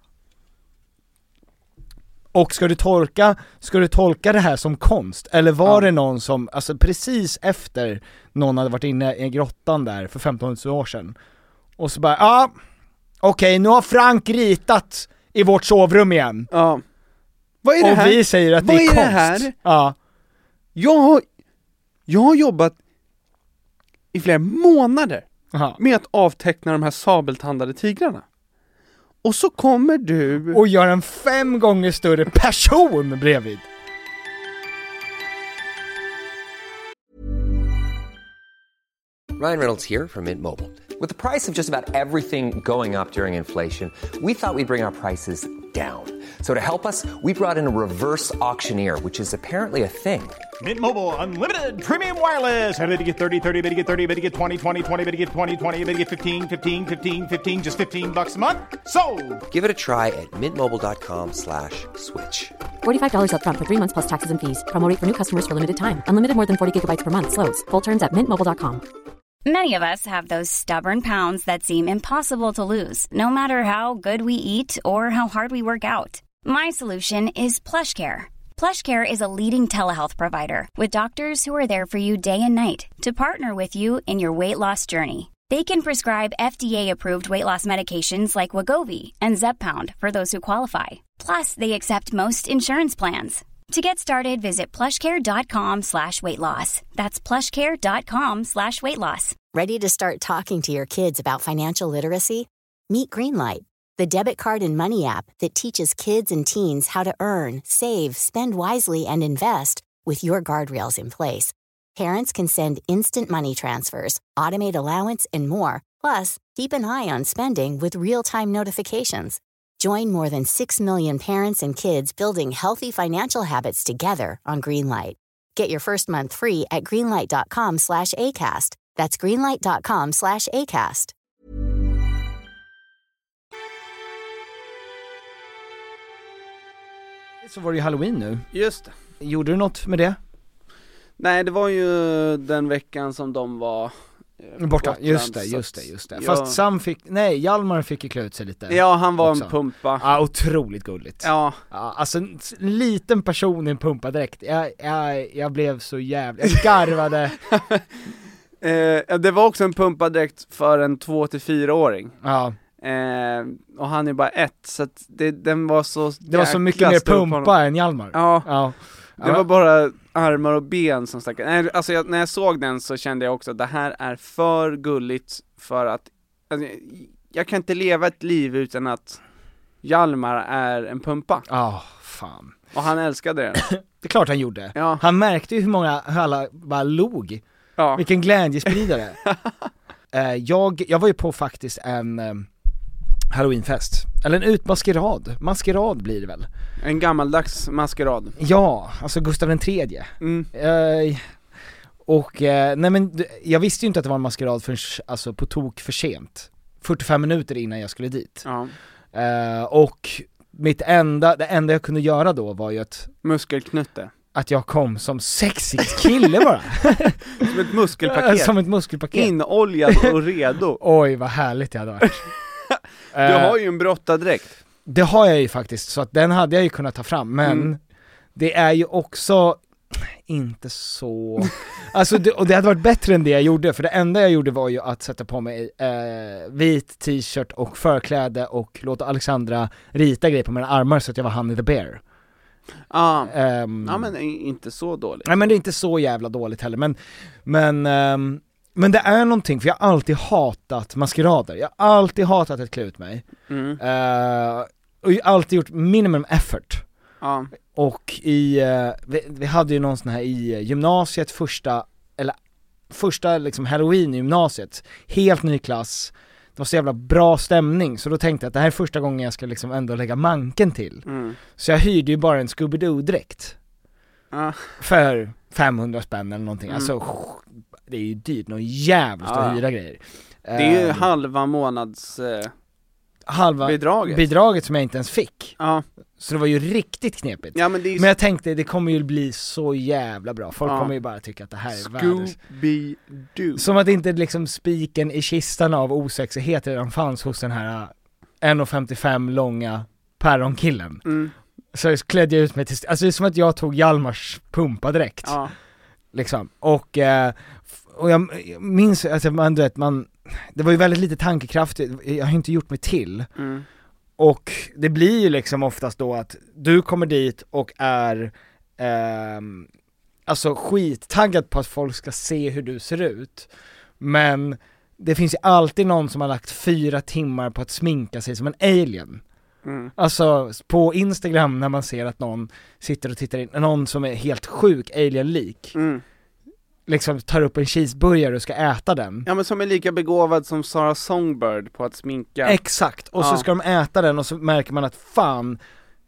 J: Och ska du tolka, ska du tolka det här som konst? Eller var
H: Ja.
J: det någon som, alltså precis efter någon hade varit inne i grottan där för femton år sedan och så bara, ja, ah, okej, nu har Frank ritat i vårt sovrum igen.
H: Ja. Vad är det
J: Och
H: här?
J: vi säger att
H: Vad
J: det är
H: är
J: konst.
H: det här?
J: Ja.
H: Jag har, jag har jobbat i flera månader
J: Aha.
H: med att avteckna de här sabeltandade tigrarna. Och så kommer du...
J: Och gör en fem gånger större person bredvid.
C: Ryan Reynolds here from Mint Mobile. With the price of just about everything going up during inflation, we thought we'd bring our prices down. So to help us, we brought in a reverse auctioneer, which is apparently a thing.
K: Mint Mobile Unlimited Premium Wireless. How to get thirty, thirty, how to get thirty, how to get twenty, twenty, twenty, how to get twenty, twenty, how to get fifteen, fifteen, fifteen, fifteen, just fifteen bucks a month? Sold!
C: Give it a try at mintmobile.com slash switch.
E: forty-five dollars up front for three months plus taxes and fees. Promo rate for new customers for limited time. Unlimited more than forty gigabytes per month slows. Full terms at mint mobile dot com.
L: Many of us have those stubborn pounds that seem impossible to lose, no matter how good we eat or how hard we work out. My solution is PlushCare. PlushCare is a leading telehealth provider with doctors who are there for you day and night to partner with you in your weight loss journey. They can prescribe F D A-approved weight loss medications like Wegovy and Zepbound for those who qualify. Plus, they accept most insurance plans. To get started, visit plushcare.com slash weight loss. That's plushcare.com slash weight loss.
F: Ready to start talking to your kids about financial literacy? Meet Greenlight, the debit card and money app that teaches kids and teens how to earn, save, spend wisely, and invest with your guardrails in place. Parents can send instant money transfers, automate allowance, and more. Plus, keep an eye on spending with real-time notifications. Join more than six million parents and kids building healthy financial habits together on Greenlight. Get your first month free at greenlight.com slash ACAST. That's greenlight.com slash ACAST.
J: Så var det ju Halloween nu.
H: Just det.
J: Gjorde du något med det?
H: Nej, det var ju den veckan som de var eh,
J: Borta,
H: Gotland,
J: just det,
H: så
J: just det,
H: att-
J: just det.
H: Ja.
J: Fast Sam fick, nej, Hjalmar fick ju klä ut sig lite.
H: Ja, han var
J: också.
H: en pumpa.
J: Ja, otroligt gulligt.
H: Ja.
J: Ja, alltså en s- liten person i en pumpadräkt. Jag, jag, jag blev så jävla, jag garvade.
H: Eh, det var också en pumpadräkt för en två till fyra-åring.
J: Ja.
H: Eh, och han är bara ett, så att det, den var så
J: Det var så mycket
H: jäkla
J: mer
H: stor på
J: pumpa
H: honom.
J: än Hjalmar.
H: Ja.
J: Ja.
H: Det var bara armar och ben som stack. Nej, alltså jag, när jag såg den så kände jag också att det här är för gulligt för att alltså, jag, jag kan inte leva ett liv utan att Hjalmar är en pumpa.
J: Ja, oh, fan.
H: Och han älskade det.
J: Det är klart han gjorde.
H: Ja.
J: Han märkte ju hur många, hur alla bara log.
H: Ja.
J: Vilken glädjespridare. eh, jag, jag var ju på faktiskt en, eh, Halloweenfest. Eller en utmaskerad. Maskerad blir det väl.
H: En gammaldags maskerad.
J: Ja, alltså Gustav den tredje.
H: Mm.
J: Uh, och, uh, nej men jag visste ju inte att det var en maskerad förrän, alltså på tok för sent. fyrtiofem minuter innan jag skulle dit.
H: Ja.
J: Uh, och mitt enda, det enda jag kunde göra då var ju att
H: muskelknutte.
J: Att jag kom som sexigt kille bara.
H: Som ett muskelpaket.
J: Som ett muskelpaket.
H: Inoljad och redo.
J: Oj, vad härligt jag hade varit.
H: Du har ju en brottardräkt.
J: Det har jag ju faktiskt, så att den hade jag ju kunnat ta fram. Men mm. det är ju också inte så... Alltså, det, och det hade varit bättre än det jag gjorde. För det enda jag gjorde var ju att sätta på mig eh, vit t-shirt och förkläde och låta Alexandra rita grejer på mina armar så att jag var Honey the Bear.
H: Ah.
J: Um,
H: ja, men inte så dåligt.
J: Nej, men det är inte så jävla dåligt heller. Men, men, um, men det är någonting, för jag har alltid hatat maskerader. Jag har alltid hatat att klä ut mig.
H: Mm.
J: Uh, och jag har alltid gjort minimum effort.
H: Ah.
J: Och i, uh, vi, vi hade ju någon sån här i gymnasiet, första, eller första liksom Halloween i gymnasiet. Helt ny klass. Det var så jävla bra stämning, så då tänkte jag att det här är första gången jag ska liksom ändå lägga manken till.
H: Mm.
J: Så jag hyrde ju bara en Scooby-Doo-dräkt.
H: Ah.
J: För femhundra spänn eller någonting.
H: Mm.
J: Alltså, det är ju dyrt, någon jävligt
H: ah.
J: att hyra grejer.
H: Det är ju
J: um,
H: halva månads eh,
J: halva
H: bidraget.
J: bidraget som jag inte ens fick.
H: Ja.
J: Så det var ju riktigt knepigt.
H: Ja, men, det är ju...
J: men jag tänkte, det kommer ju bli så jävla bra. Folk
H: ja.
J: kommer ju bara tycka att det här är världens...
H: Scooby-Doo.
J: Som att inte liksom spiken i kistan av osexighet redan fanns hos den här en komma femtiofem långa päronkillen.
H: Mm.
J: Så klädde jag ut mig till... Alltså det är som att jag tog Hjalmars pumpadräkt.
H: Ja.
J: Liksom. Och, eh, och jag minns, alltså man, du vet, man... Det var ju väldigt lite tankekraft, jag har inte gjort mig till.
H: Mm.
J: Och det blir ju liksom oftast då att du kommer dit och är eh, alltså skittaggad på att folk ska se hur du ser ut. Men det finns ju alltid någon som har lagt fyra timmar på att sminka sig som en alien.
H: Mm.
J: Alltså på Instagram när man ser att någon sitter och tittar in, någon som är helt sjuk, alien-lik.
H: Mm.
J: Liksom tar upp en cheeseburgare och ska äta den.
H: Ja, men som är lika begåvad som Sarah Songbird på att sminka.
J: Exakt, och
H: ja.
J: så ska de äta den och så märker man att fan,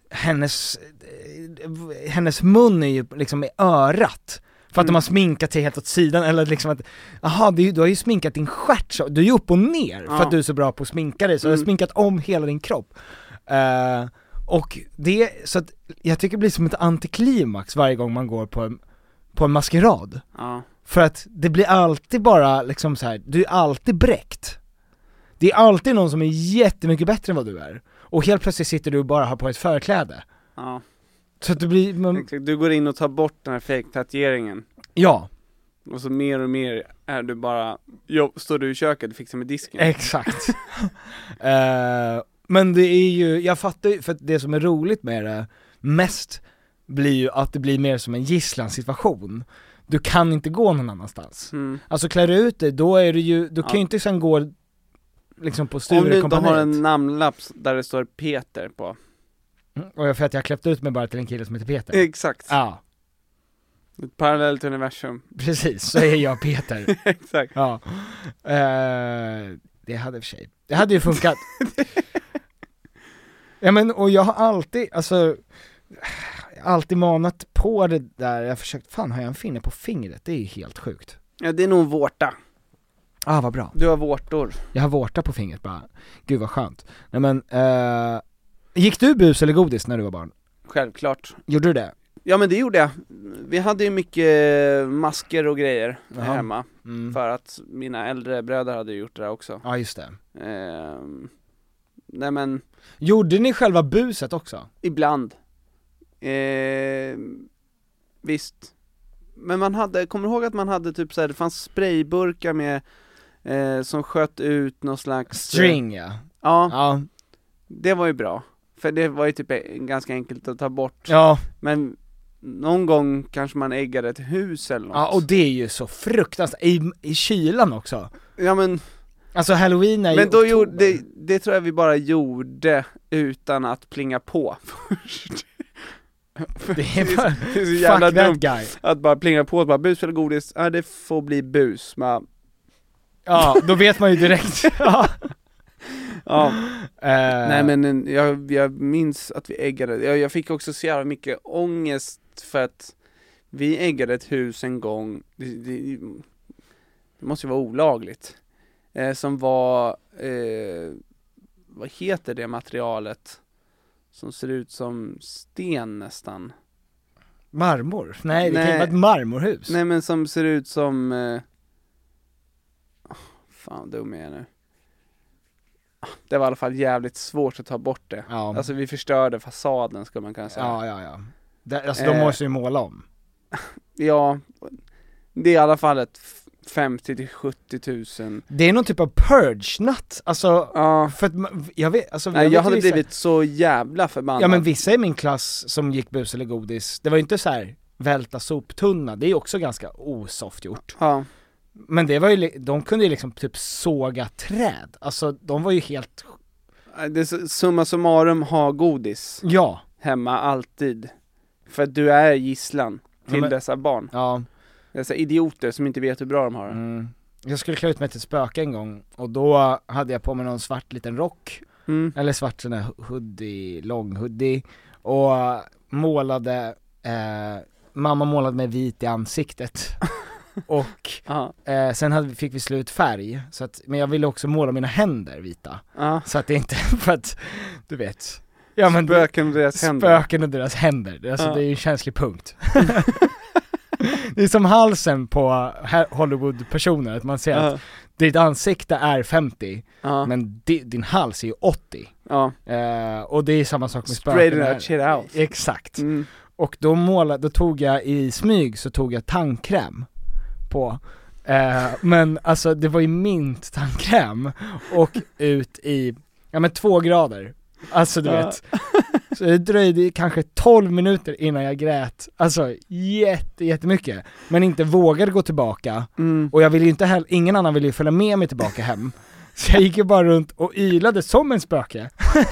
J: hennes hennes mun är ju liksom i örat. För att mm. de har sminkat sig helt åt sidan, eller liksom att, aha, du, du har ju sminkat din stjärt så, du är ju upp och ner ja. För att du är så bra på att sminka dig, så mm. du har sminkat om hela din kropp. Uh, och det, så att jag tycker det blir som ett antiklimax varje gång man går på en på en maskerad.
H: Ja.
J: För att det blir alltid bara liksom så här, du är alltid bräckt. Det är alltid någon som är jättemycket bättre än vad du är. Och helt plötsligt sitter du och bara har på ett förkläde.
H: Ja.
J: Så att det blir... Man...
H: Du går in och tar bort den här fake-tatueringen.
J: Ja.
H: Och så mer och mer är du bara, jo, står du i köket och fixar med disken.
J: Exakt. uh, men det är ju, jag fattar ju, för att det som är roligt med det mest blir ju att det blir mer som en gisslansituation. Du kan inte gå någon annanstans.
H: Mm.
J: Alltså klär du ut dig, då är det ju, du kan ju inte sen gå liksom på Sturecompagniet.
H: Om du inte har en namnlapp där det står Peter på.
J: Mm. Och jag för att jag kläppt ut mig bara till en kille som heter Peter.
H: Exakt.
J: Ja.
H: Ett parallellt universum.
J: Precis, så är jag Peter.
H: Exakt.
J: Ja. Uh, det hade för sig. Det hade ju funkat. Ja, men och jag har alltid, alltså alltid manat på det där. Jag har försökt, fan har jag en finne på fingret? Det är ju helt sjukt.
H: Ja, det är nog vårta.
J: Ah, vad bra.
H: Du har vårtor.
J: Jag har vårta på fingret bara. Gud vad skönt. Nej men, uh, gick du bus eller godis när du var barn?
H: Självklart.
J: Gjorde du det?
H: Ja, men det gjorde jag. Vi hade ju mycket masker och grejer
J: Jaha.
H: hemma.
J: Mm.
H: För att mina äldre bröder hade gjort det också.
J: Ja, just det.
H: Eh, nej men...
J: Gjorde ni själva buset också?
H: Ibland. Eh, visst. Men man hade, kommer du ihåg att man hade typ så här, det fanns sprayburkar med eh, som sköt ut någon slags
J: string, ja.
H: Ja.
J: Ja.
H: Det var ju bra. För det var ju typ ganska enkelt att ta bort.
J: Ja.
H: Men någon gång kanske man äggade ett hus eller något.
J: Ja, och det är ju så fruktansvärt i, i kylan också.
H: Ja, men
J: alltså Halloween är
H: men
J: ju
H: då gjorde det, det tror jag vi bara gjorde utan att plinga på först.
J: Det är bara,
H: det är så jävla
J: fuck that
H: dumt
J: guy.
H: att bara plinga på, bara bus eller godis, ja det får bli bus. Men...
J: Ja, då vet man ju direkt. Ja.
H: Ja.
J: Eh,
H: Nej men jag, jag minns att vi äggade, jag, jag fick också så jävla mycket ångest för att vi äggade ett hus en gång, det, det, det måste ju vara olagligt, eh, som var, eh, vad heter det materialet som ser ut som sten nästan?
J: Marmor? Nej, det
H: Nej.
J: kan ju vara ett marmorhus.
H: Nej men som ser ut som, eh, fan dum jag är nu. Det var i alla fall jävligt svårt att ta bort det.
J: Ja.
H: Alltså vi förstörde fasaden skulle man kunna säga.
J: Ja, ja, ja. Det, alltså de
H: Eh.
J: måste ju måla om.
H: Ja, det är i alla fall ett femtio till sjuttio tusen.
J: Det är någon typ av purge-natt, alltså,
H: ja.
J: för att man- jag vet, alltså,
H: Nej, jag,
J: vet
H: jag hade
J: vissa,
H: blivit så jävla förbannad.
J: Ja men vissa i min klass som gick bus eller godis, det var ju inte så här välta soptunna, det är ju också ganska osoft gjort.
H: Ja.
J: Men det var ju, li- de kunde ju liksom typ såga träd, alltså de var ju helt...
H: Det är summa summarum, ha godis.
J: Ja.
H: Hemma alltid. För att du är gisslan till
J: Ja, men-
H: dessa barn.
J: Ja.
H: Dessa idioter som inte vet hur bra de har det.
J: Mm. Jag skulle klä ut mig till ett spöke en gång, och då hade jag på mig någon svart liten rock,
H: Mm.
J: eller svart sån här hoodie, lång hoodie, och målade, eh, mamma målade mig vit i ansiktet. Och eh, sen hade, fick vi slut färg, så att, men jag ville också måla mina händer vita.
H: Ja.
J: Så att det inte, för att, du vet, ja, men
H: spöken och deras händer.
J: Spöken och deras händer, alltså
H: Ja.
J: det är ju en känslig punkt. Det är som halsen på Hollywood-personer, att man ser
H: Ja.
J: att ditt ansikte är femtio,
H: Ja.
J: men di, din hals är ju åttio.
H: Ja.
J: Eh, och det är samma sak med
H: Straighten
J: spöken.
H: that shit out.
J: Exakt.
H: Mm.
J: Och då målade, då tog jag i smyg, så tog jag tandkräm på. Eh, men alltså det var ju mint tandkräm, och ut i, ja men två grader. Alltså du
H: Ja.
J: vet. Så det dröjde kanske tolv minuter innan jag grät. Alltså jätte, jättemycket. Men inte vågade gå tillbaka.
H: Mm.
J: Och jag ville ju inte heller, ingen annan ville ju följa med mig tillbaka hem. Så jag gick ju bara runt och ylade som en spöke.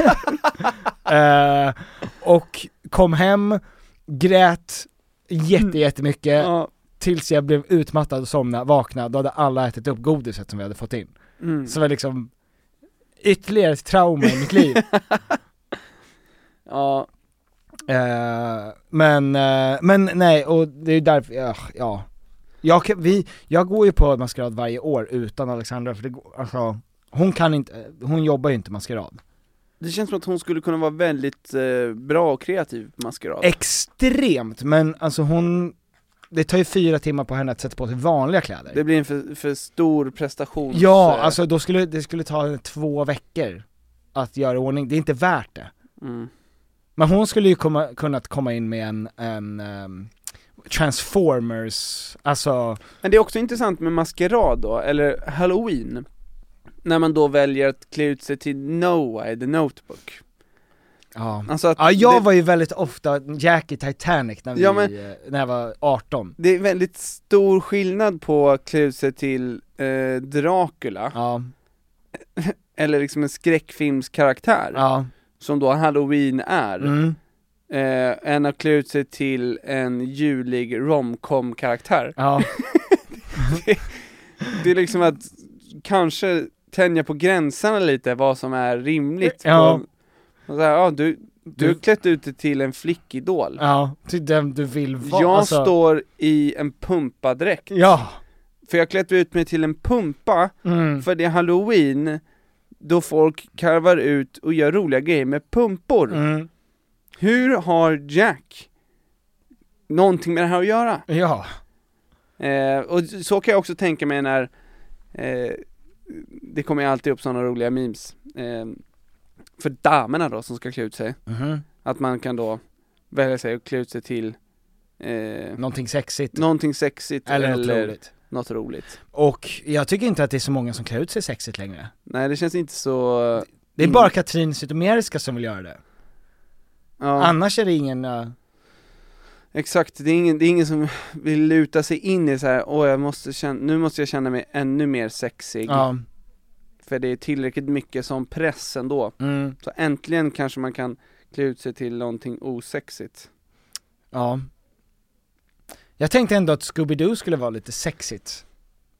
J: eh, och kom hem, grät jätte, jättemycket.
H: Ja.
J: Tills jag blev utmattad och somnade, vaknade, då hade alla ätit upp godiset som vi hade fått in.
H: Mm.
J: Så det var liksom ytterligare ett trauma i mitt liv.
H: Ja.
J: Eh, men, eh, men nej, och det är ju därför, ja, ja. Jag, kan- vi, jag går ju på maskerad varje år utan Alexandra, för det går, alltså, hon kan inte, hon jobbar ju inte maskerad.
H: Det känns som att hon skulle kunna vara väldigt eh, bra och kreativ på maskerad.
J: Extremt, men alltså hon, det tar ju fyra timmar på henne att sätta på sig vanliga kläder.
H: Det blir en för, för stor prestation.
J: Ja, alltså då skulle det skulle ta två veckor att göra i ordning, det är inte värt det.
H: Mm.
J: Men hon skulle ju komma, kunnat komma in med en, en um, Transformers, alltså...
H: Men det är också intressant med maskerad då, eller Halloween, när man då väljer att klä ut sig till Noah, The Notebook.
J: Ja,
H: Alltså att
J: ja jag
H: det,
J: var ju väldigt ofta Jack i Titanic när, vi,
H: Ja, men-
J: eh, när jag var arton.
H: det är väldigt stor skillnad på att klä ut sig till eh, Dracula,
J: Ja,
H: eller liksom en skräckfilmskaraktär,
J: ja,
H: som då Halloween är,
J: mm.
H: eh, än att klä ut sig till en julig romcom-karaktär.
J: ja,
H: Det är liksom att kanske tänja på gränserna lite, vad som är rimligt.
J: Ja.
H: På, och så här, ja, du, du har
J: Du-
H: klätt ut dig till en flickidol.
J: ja, till den du vill vara.
H: Jag
J: alltså,
H: står i en pumpadräkt.
J: Ja,
H: För jag har klätt ut mig till en pumpa,
J: mm.
H: för det är Halloween, då folk karvar ut och gör roliga grejer med pumpor.
J: Mm.
H: Hur har Jack någonting med det här att göra?
J: Ja,
H: Eh, och så kan jag också tänka mig när eh, det kommer ju alltid upp sådana roliga memes eh, för damerna då som ska klä ut sig,
J: mhm.
H: att man kan då välja sig och klä ut sig till eh,
J: Någonting sexigt.
H: någonting sexigt
J: eller,
H: eller,
J: något roligt.
H: något roligt.
J: Och jag tycker inte att det är så många som klär ut sig sexigt längre.
H: Nej, det känns inte så...
J: Det är
H: in-
J: bara Katrin Zytomierska som vill göra det.
H: Ja,
J: Annars är det ingen... Uh,
H: exakt, det är, ingen, det är ingen som vill luta sig in i så här, åh jag måste känna, nu måste jag känna mig ännu mer sexig,
J: ja,
H: för det är tillräckligt mycket som press ändå.
J: mm,
H: Så äntligen kanske man kan klä ut sig till någonting osexigt.
J: ja. Jag tänkte ändå att Scooby-Doo skulle vara lite sexigt.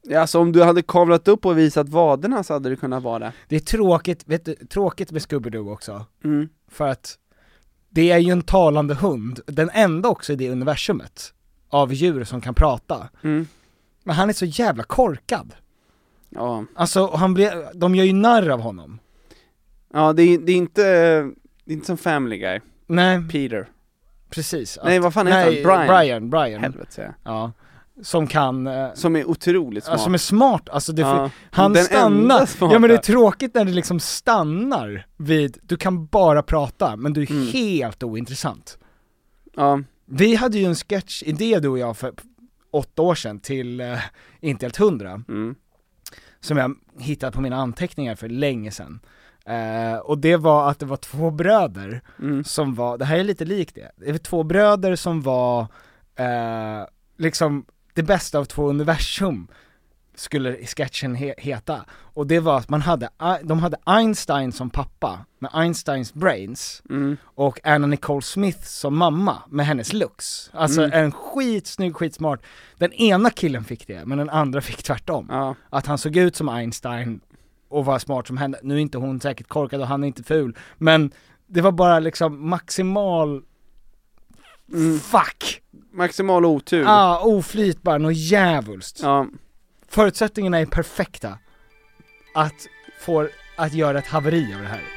H: Ja, alltså om du hade kavlat upp och visat vaderna så hade det kunnat vara det.
J: Det är tråkigt, vet du, tråkigt med Scooby-Doo också.
H: Mm.
J: För att det är ju en talande hund, den enda också i det universumet av djur som kan prata.
H: Mm.
J: Men han är så jävla korkad.
H: Ja.
J: Alltså han blir, de gör ju narr av honom.
H: Ja, det är, det är inte det är inte som Family Guy.
J: Nej.
H: Peter.
J: Precis.
H: Nej,
J: att,
H: vad fan heter
J: nej,
H: han? Brian.
J: Brian, Brian.
H: Helvete säger jag.
J: Ja. Som kan... Eh,
H: som är otroligt smart.
J: Som är smart, alltså det,
H: ja.
J: han
H: Den
J: stannar. Ja, men det är tråkigt när det liksom stannar vid, du kan bara prata, men du är mm. helt ointressant.
H: Ja.
J: Vi hade ju en sketch-idé du och jag för åtta år sedan till eh, Inte helt hundra.
H: Mm.
J: Som jag hittade på mina anteckningar för länge sedan. Uh, och det var att det var två bröder
H: mm. som
J: var, det här är lite likt det, det var två bröder som var uh, liksom det bästa av två universum skulle sketchen he- heta, och det var att man hade, de hade Einstein som pappa med Einsteins brains
H: mm.
J: och Anna Nicole Smith som mamma med hennes looks, alltså mm. en skitsnygg, skitsmart, den ena killen fick det men den andra fick tvärtom,
H: ja.
J: Att han såg ut som Einstein och var smart som henne. Nu är inte hon säkert korkad och han är inte ful, men det var bara liksom maximal
H: mm.
J: fuck.
H: Maximal otur.
J: Ja, ah, oflyt bara, något jävulst.
H: Ja.
J: Förutsättningarna är perfekta att få att göra ett haveri av det här.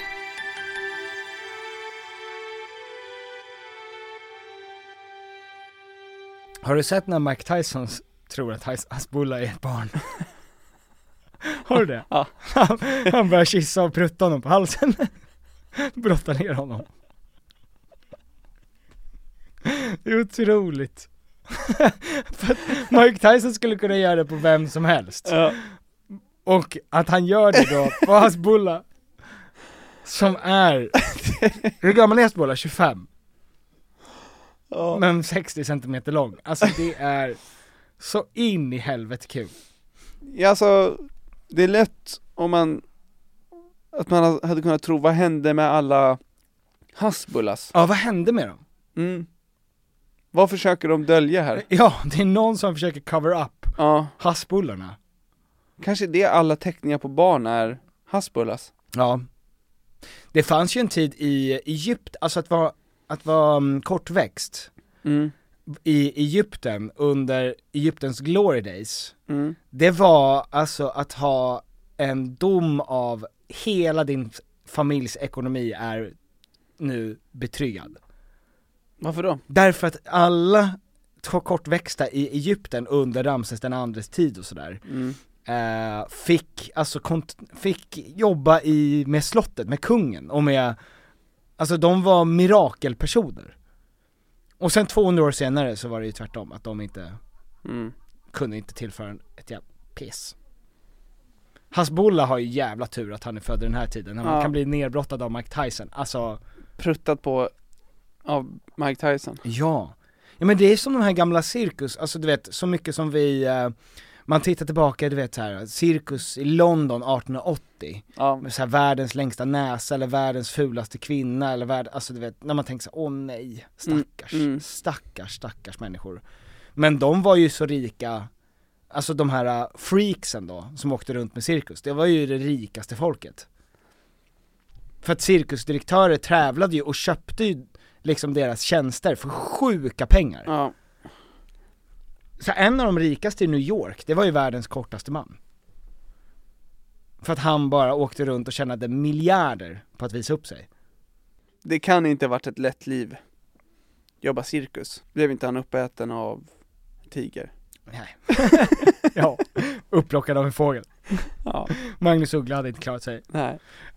J: Har du sett när Mike Tyson tror att Hasbulla är ett barn? Har du det?
H: Ja.
J: Han, han börjar kissa och prutta honom på halsen. Brotta ner honom. Det är otroligt. För att Mike Tyson skulle kunna göra det på vem som helst.
H: Ja.
J: Och att han gör det då på Hasbulla, som är hur gammal är Hasbulla? tjugofem. Ja. Men sextio centimeter lång. Alltså det är så in i helvete kul.
H: Ja, alltså det är lätt om man att man hade kunnat tro, vad hände med alla Hasbullas?
J: Ja, vad hände med dem?
H: Mm. Vad försöker de dölja här?
J: Ja, det är någon som försöker cover up
H: ja.
J: Hasbullarna.
H: Kanske det alla teckningar på barn är Hasbullas.
J: Ja. Det fanns ju en tid i Egypten, alltså att vara, att vara um, kortväxt
H: mm.
J: i Egypten under Egyptens glory days.
H: Mm.
J: Det var alltså att ha en dom av hela din familjs ekonomi är nu betryggad.
H: Varför då?
J: Därför att alla kortväxta i Egypten under Ramses den andres tid och sådär
H: mm.
J: eh, fick alltså kont- fick jobba i med slottet, med kungen och med, alltså de var mirakelpersoner. Och sen tvåhundra år senare så var det ju tvärtom, att de inte
H: mm.
J: kunde inte tillföra ett jävla piss. Hasbulla har ju jävla tur att han är född i den här tiden. Han
H: ja.
J: kan bli nerbrottad av Mike Tyson. Alltså
H: pruttat på av Mike Tyson.
J: Ja. Ja, men det är som de här gamla cirkus, alltså du vet, så mycket som vi eh, man tittar tillbaka, du vet så här, cirkus i London arton åttio.
H: Ja.
J: Med så här världens längsta näsa eller världens fulaste kvinna eller värld, alltså du vet, när man tänker så åh nej, stackars,
H: mm. Mm.
J: stackars, stackars människor. Men de var ju så rika, alltså de här uh, freaksen då, som åkte runt med cirkus, det var ju det rikaste folket. För att cirkusdirektörer tävlade ju och köpte ju liksom deras tjänster för sjuka pengar.
H: Ja.
J: Så en av de rikaste i New York, det var ju världens kortaste man. För att han bara åkte runt och tjänade miljarder på att visa upp sig.
H: Det kan inte ha varit ett lätt liv. Jobba cirkus. Blev inte han uppäten av tiger?
J: Nej. Ja, upplockad av en fågel.
H: Ja.
J: Magnus Uggla hade inte klarat sig.
H: Nej.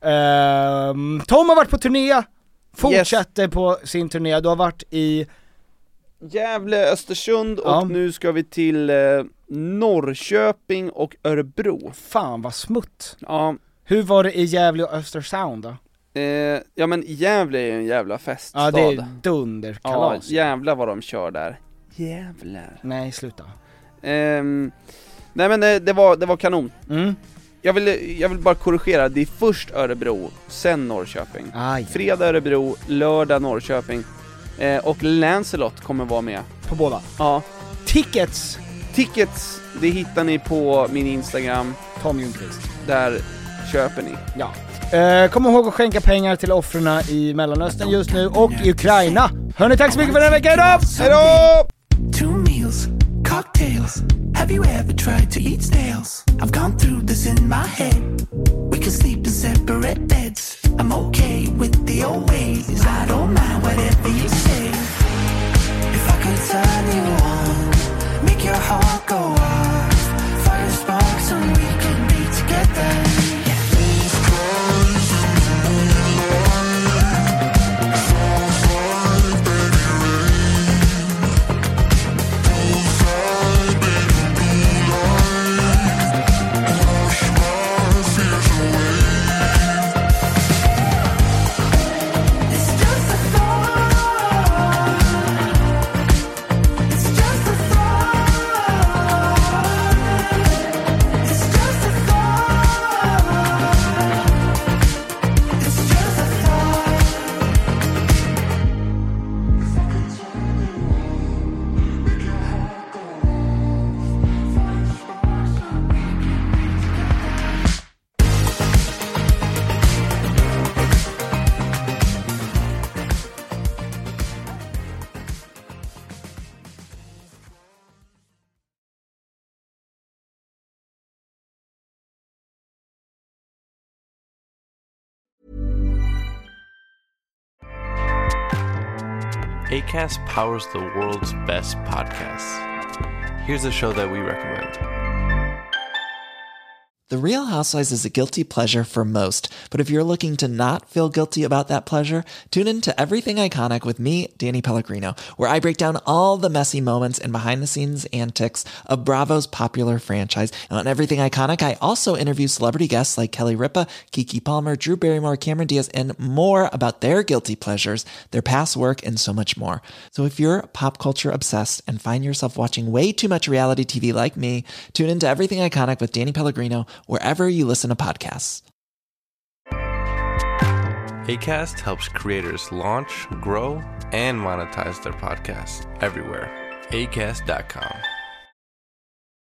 J: Um, Tom har varit på turné. Fortsätter yes. på sin turné. Du har varit i
H: Gävle, Östersund och
J: ja.
H: nu ska vi till eh, Norrköping och Örebro.
J: Fan vad smutt.
H: Ja.
J: Hur var det i Gävle och Östersund då?
H: Eh, ja men Gävle är en jävla feststad.
J: Ja, det är dunderkalas.
H: Ja, jävla vad de kör där. Jävlar.
J: Nej, sluta.
H: Eh, nej men det, det, var, det var kanon.
J: Mm.
H: Jag vill, jag vill bara korrigera, det är först Örebro, sen Norrköping.
J: Aj.
H: Fredag Örebro, lördag Norrköping. Eh, och Lancelot kommer vara med.
J: På båda?
H: Ja.
J: Tickets!
H: Tickets, det hittar ni på min Instagram.
J: Tom Ljungqvist.
H: Där köper ni.
J: Ja. Eh, kom ihåg att skänka pengar till offren i Mellanöstern just nu och i Ukraina. Hörni, tack så mycket för den här veckan idag!
H: Hejdå!
M: Two meals, cocktails. Have you ever tried to eat snails? I've gone through this in my head. We can sleep in separate beds. I'm okay with the old ways. I don't mind whatever you say. If I could turn you on, make your heart go off, fire sparks and we could be together.
N: Acast powers the world's best podcasts. Here's a show that we recommend.
O: The Real Housewives is a guilty pleasure for most, but if you're looking to not feel guilty about that pleasure, tune in to Everything Iconic with me, Danny Pellegrino, where I break down all the messy moments and behind-the-scenes antics of Bravo's popular franchise. And on Everything Iconic, I also interview celebrity guests like Kelly Ripa, Keke Palmer, Drew Barrymore, Cameron Diaz, and more about their guilty pleasures, their past work, and so much more. So if you're pop culture obsessed and find yourself watching way too much reality T V like me, tune in to Everything Iconic with Danny Pellegrino, wherever you listen to podcasts.
N: Acast helps creators launch, grow, and monetize their podcasts everywhere. acast dot com.